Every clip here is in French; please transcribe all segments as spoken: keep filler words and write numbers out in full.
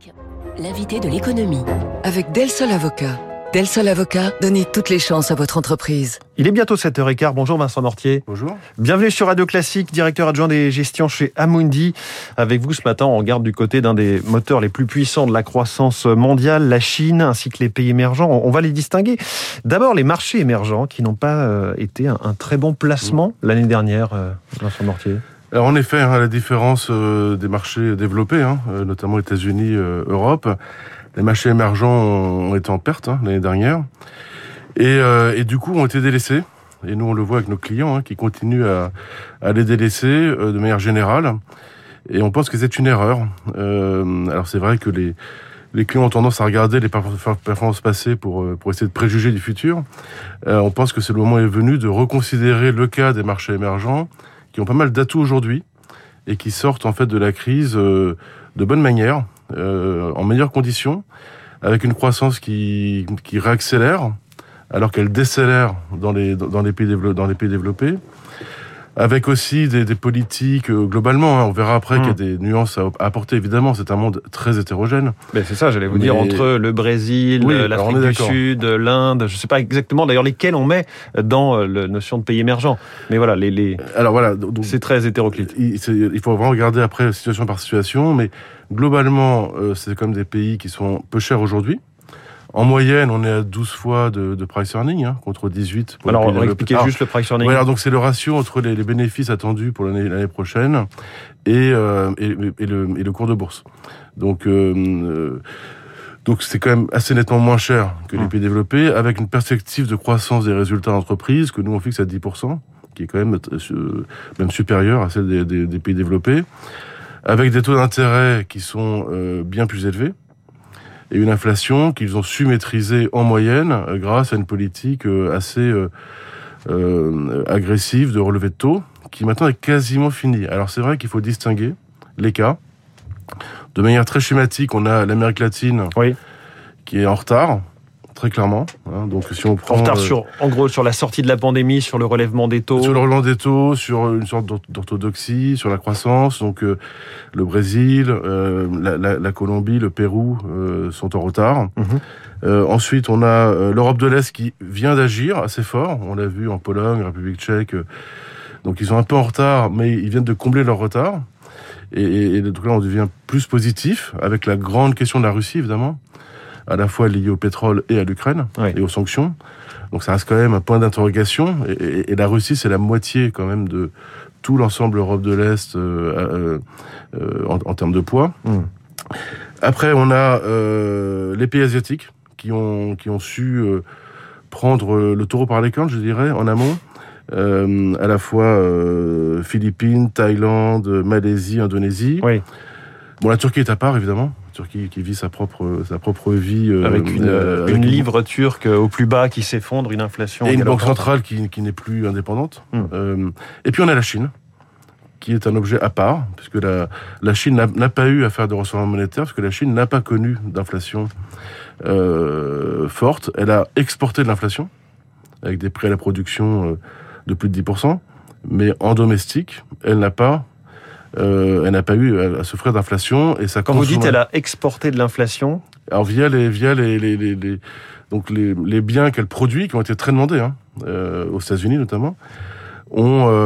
L'invité de l'économie. Avec Del Sol Avocat. Del Sol Avocat, donnez toutes les chances à votre entreprise. Il est bientôt sept heures quinze. Bonjour Vincent Mortier. Bonjour. Bienvenue sur Radio Classique, directeur adjoint des gestions chez Amundi. Avec vous ce matin, on regarde du côté d'un des moteurs les plus puissants de la croissance mondiale, la Chine, ainsi que les pays émergents. On va les distinguer. D'abord, les marchés émergents qui n'ont pas euh, été un, un très bon placement mmh. l'année dernière, euh, Vincent Mortier. Alors en effet, hein, à la différence euh, des marchés développés, hein, euh, notamment États-Unis, euh, Europe, les marchés émergents ont été en perte hein, l'année dernière et, euh, et du coup ont été délaissés. Et nous on le voit avec nos clients hein, qui continuent à, à les délaisser euh, de manière générale. Et on pense que c'est une erreur. Euh, alors c'est vrai que les, les clients ont tendance à regarder les performances passées pour, pour essayer de préjuger du futur. Euh, on pense que c'est le moment est venu de reconsidérer le cas des marchés émergents qui ont pas mal d'atouts aujourd'hui et qui sortent en fait de la crise euh, de bonne manière, euh, en meilleures conditions, avec une croissance qui, qui réaccélère, alors qu'elle décélère dans les, dans les, pays, développés, dans les pays développés, avec aussi des, des politiques, euh, globalement, hein, on verra après mmh. qu'il y a des nuances à, à apporter, évidemment, c'est un monde très hétérogène. Ben c'est ça, j'allais vous Mais... dire, entre le Brésil, oui, l'Afrique du Sud, l'Inde, je ne sais pas exactement d'ailleurs lesquels on met dans la notion de pays émergents. Mais voilà, les, les... Alors, voilà donc, c'est très hétéroclite. Il, il faut vraiment regarder après situation par situation, mais globalement, euh, c'est quand même des pays qui sont peu chers aujourd'hui. En moyenne, on est à douze fois de, de price earning, hein, contre dix-huit. Pour alors, on va expliquer ah, juste le price earning. Voilà, donc c'est le ratio entre les, les bénéfices attendus pour l'année, l'année prochaine et, euh, et, et, le, et le cours de bourse. Donc, euh, donc c'est quand même assez nettement moins cher que les mmh. pays développés, avec une perspective de croissance des résultats d'entreprise que nous on fixe à dix pour cent, qui est quand même euh, même supérieure à celle des, des, des pays développés, avec des taux d'intérêt qui sont euh, bien plus élevés. Et une inflation qu'ils ont su maîtriser en moyenne euh, grâce à une politique euh, assez euh, euh, agressive de relevé de taux, qui maintenant est quasiment finie. Alors c'est vrai qu'il faut distinguer les cas. De manière très schématique, on a l'Amérique latine oui. qui est en retard, très clairement. Hein, donc si on prend en retard euh, sur, en gros, sur la sortie de la pandémie, sur le relèvement des taux. Sur le relèvement des taux, sur une sorte d'orthodoxie, sur la croissance. Donc euh, le Brésil, euh, la, la, la Colombie, le Pérou euh, sont en retard. Mmh. Euh, ensuite, on a euh, l'Europe de l'Est qui vient d'agir assez fort. On l'a vu en Pologne, République tchèque. Euh, donc ils sont un peu en retard, mais ils viennent de combler leur retard. Et, et, et donc là, on devient plus positif avec la grande question de la Russie, évidemment, à la fois liée au pétrole et à l'Ukraine, oui. et aux sanctions. Donc ça reste quand même un point d'interrogation. Et, et, et la Russie, c'est la moitié quand même de tout l'ensemble Europe de l'Est euh, euh, en, en termes de poids. Mmh. Après, on a euh, les pays asiatiques qui ont, qui ont su euh, prendre le taureau par les cornes, je dirais, en amont. Euh, à la fois euh, Philippines, Thaïlande, Malaisie, Indonésie. Oui. Bon, la Turquie est à part, évidemment. Turquie qui vit sa propre sa propre vie euh, avec une, euh, avec une livre turque au plus bas qui s'effondre, une inflation et une banque centrale qui qui n'est plus indépendante. Mmh. Euh, et puis on a la Chine qui est un objet à part puisque la la Chine n'a, n'a pas eu à faire de resserrement monétaire parce que la Chine n'a pas connu d'inflation euh, forte. Elle a exporté de l'inflation avec des prix à la production euh, de plus de dix pour cent, mais en domestique, elle n'a pas Euh, elle n'a pas eu à, à souffrir d'inflation et ça. Quand vous dites elle a exporté de l'inflation, alors via les via les les, les, les donc les, les biens qu'elle produit qui ont été très demandés hein, euh, aux États-Unis notamment, ont euh,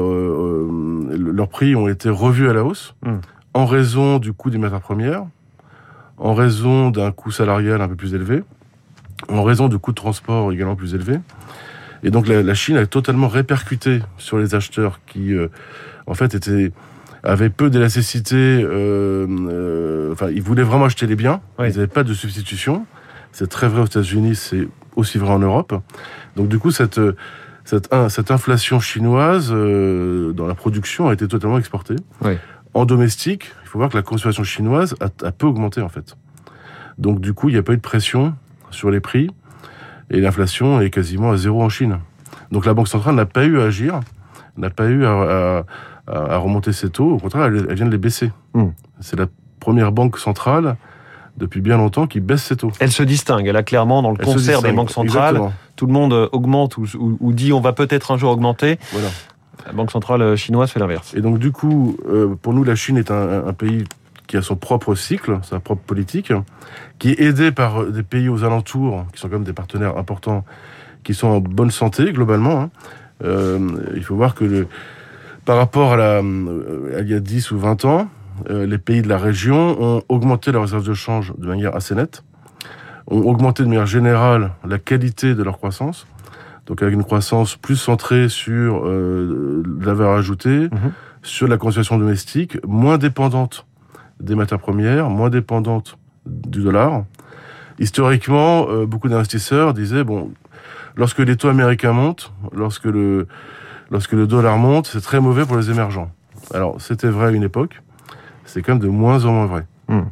euh, leurs prix ont été revus à la hausse mmh. en raison du coût des matières premières, en raison d'un coût salarial un peu plus élevé, en raison du coût de transport également plus élevé. Et donc la, la Chine a totalement répercuté sur les acheteurs qui euh, en fait étaient avaient peu d'élasticité, euh, euh, enfin, ils voulaient vraiment acheter les biens, oui. Ils n'avaient pas de substitution. C'est très vrai aux États-Unis, c'est aussi vrai en Europe. Donc du coup, cette, cette, cette inflation chinoise euh, dans la production a été totalement exportée. Oui. En domestique, il faut voir que la consommation chinoise a, a peu augmenté en fait. Donc du coup, il n'y a pas eu de pression sur les prix et l'inflation est quasiment à zéro en Chine. Donc la Banque centrale n'a pas eu à agir, n'a pas eu à... à à remonter ses taux, au contraire, elle, elle vient de les baisser. Mmh. C'est la première banque centrale depuis bien longtemps qui baisse ses taux. Elle se distingue, elle a clairement dans le elle concert des banques centrales, exactement. Tout le monde augmente ou, ou, ou dit on va peut-être un jour augmenter. Voilà. La Banque centrale chinoise fait l'inverse. Et donc du coup, euh, pour nous, la Chine est un, un pays qui a son propre cycle, sa propre politique, qui est aidé par des pays aux alentours, qui sont quand même des partenaires importants, qui sont en bonne santé globalement. Hein. Euh, il faut voir que le, par rapport à, la, à il y a dix ou vingt ans, euh, les pays de la région ont augmenté leurs réserves de change de manière assez nette, ont augmenté de manière générale la qualité de leur croissance, donc avec une croissance plus centrée sur euh, la valeur ajoutée, mmh. sur la consommation domestique, moins dépendante des matières premières, moins dépendante du dollar. Historiquement, euh, beaucoup d'investisseurs disaient, bon, lorsque les taux américains montent, lorsque le, lorsque le dollar monte, c'est très mauvais pour les émergents. Alors, c'était vrai à une époque, c'est quand même de moins en moins vrai. Mmh.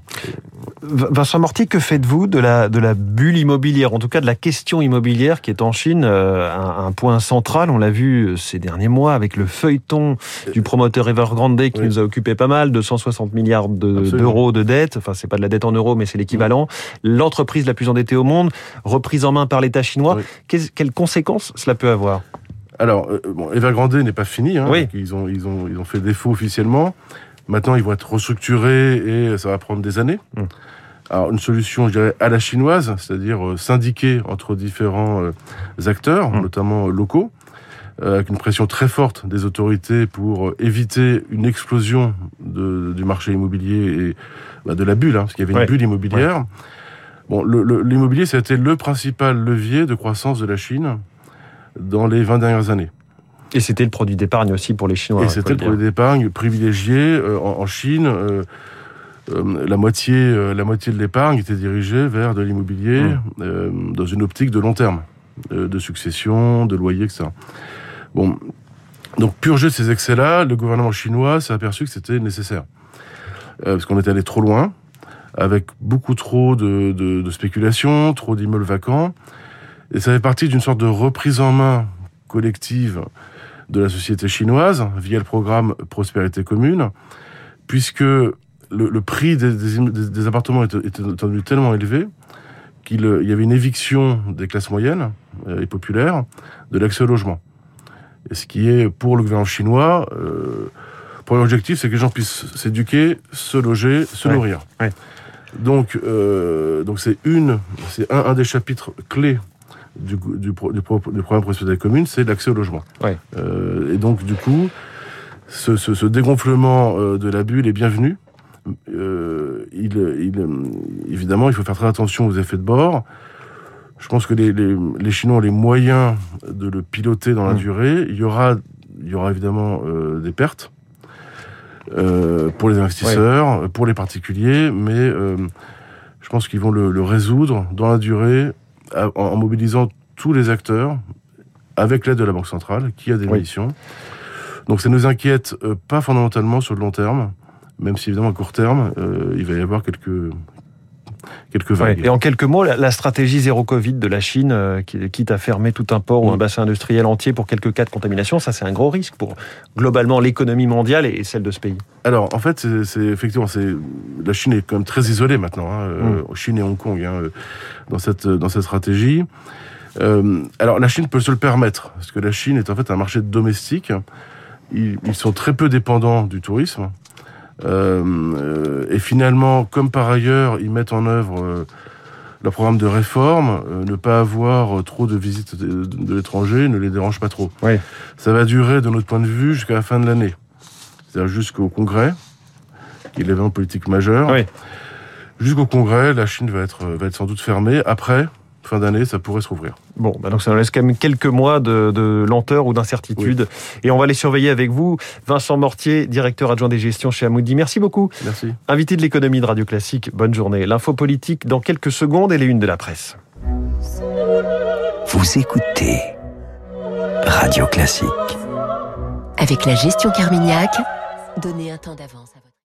Vincent Mortier, que faites-vous de la, de la bulle immobilière, en tout cas de la question immobilière qui est en Chine euh, un, un point central? On l'a vu ces derniers mois avec le feuilleton du promoteur Evergrande qui oui. nous a occupé pas mal, deux cent soixante milliards de, d'euros de dette, enfin c'est pas de la dette en euros mais c'est l'équivalent, mmh. l'entreprise la plus endettée au monde, reprise en main par l'État chinois. Oui. Quelles, quelles conséquences cela peut avoir? Alors, euh, bon, Evergrande n'est pas fini, hein, oui. ils, ont, ils, ont, ils ont fait défaut officiellement. Maintenant, ils vont être restructurés et ça va prendre des années. Mmh. Alors, une solution, je dirais, à la chinoise, c'est-à-dire euh, syndiquée entre différents euh, acteurs, mmh. notamment euh, locaux, euh, avec une pression très forte des autorités pour euh, éviter une explosion de, du marché immobilier et bah, de la bulle, hein, parce qu'il y avait une ouais. bulle immobilière. Ouais. Bon, le, le, l'immobilier, ça a été le principal levier de croissance de la Chine dans les vingt dernières années. Et c'était le produit d'épargne aussi pour les Chinois. Et c'était le produit d'épargne privilégié euh, en, en Chine. Euh, euh, la moitié, euh, la moitié de l'épargne était dirigée vers de l'immobilier mmh. euh, dans une optique de long terme, euh, de succession, de loyer, et cetera. Bon, donc purger ces excès-là, le gouvernement chinois s'est aperçu que c'était nécessaire euh, parce qu'on était allé trop loin, avec beaucoup trop de, de, de spéculation, trop d'immeubles vacants, et ça fait partie d'une sorte de reprise en main collective de la société chinoise, via le programme Prospérité Commune, puisque le, le prix des, des, des appartements était, était devenu tellement élevé qu'il il y avait une éviction des classes moyennes euh, et populaires de l'accès au logement. Et ce qui est, pour le gouvernement chinois, euh, pour l'objectif, c'est que les gens puissent s'éduquer, se loger, se ouais. nourrir. Ouais. Donc, euh, donc c'est une, c'est un, un des chapitres clés Du, du, du, du programme Prospérité Commune, c'est l'accès au logement. Ouais. Euh, et donc, du coup, ce, ce, ce dégonflement euh, de la bulle est bienvenu. Euh, il, il, évidemment, il faut faire très attention aux effets de bord. Je pense que les, les, les Chinois ont les moyens de le piloter dans la mmh. durée. Il y aura, il y aura évidemment euh, des pertes euh, pour les investisseurs, ouais. pour les particuliers, mais euh, je pense qu'ils vont le, le résoudre dans la durée, en mobilisant tous les acteurs, avec l'aide de la Banque centrale, qui a des oui. missions. Donc ça nous inquiète euh, pas fondamentalement sur le long terme, même si évidemment à court terme, euh, il va y avoir quelques, quelques vagues. Ouais. Et en quelques mots, la, la stratégie zéro Covid de la Chine, euh, qui, quitte à fermer tout un port mmh. ou un bassin industriel entier pour quelques cas de contamination, ça c'est un gros risque pour globalement l'économie mondiale et, et celle de ce pays. Alors en fait, c'est, c'est effectivement, c'est, la Chine est quand même très isolée maintenant, hein, mmh. euh, Chine et Hong Kong, hein, dans cette, dans cette stratégie. Euh, alors la Chine peut se le permettre, parce que la Chine est en fait un marché domestique. Ils, ils sont très peu dépendants du tourisme. Euh, et finalement, comme par ailleurs, ils mettent en œuvre euh, leur programme de réforme, euh, ne pas avoir trop de visites de, de, de l'étranger ne les dérange pas trop. Oui. Ça va durer, de notre point de vue, jusqu'à la fin de l'année. C'est-à-dire jusqu'au Congrès, qui est l'événement politique majeur. Oui. Jusqu'au Congrès, la Chine va être, va être sans doute fermée. Après, fin d'année, ça pourrait se rouvrir. Bon, bah donc ça nous laisse quand même quelques mois de, de lenteur ou d'incertitude. Oui. Et on va les surveiller avec vous. Vincent Mortier, directeur adjoint des gestions chez Amundi. Merci beaucoup. Merci. Invité de l'économie de Radio Classique, bonne journée. L'info politique dans quelques secondes et les unes de la presse. Vous écoutez Radio Classique. Avec la gestion Carmignac, donnez un temps d'avance à votre...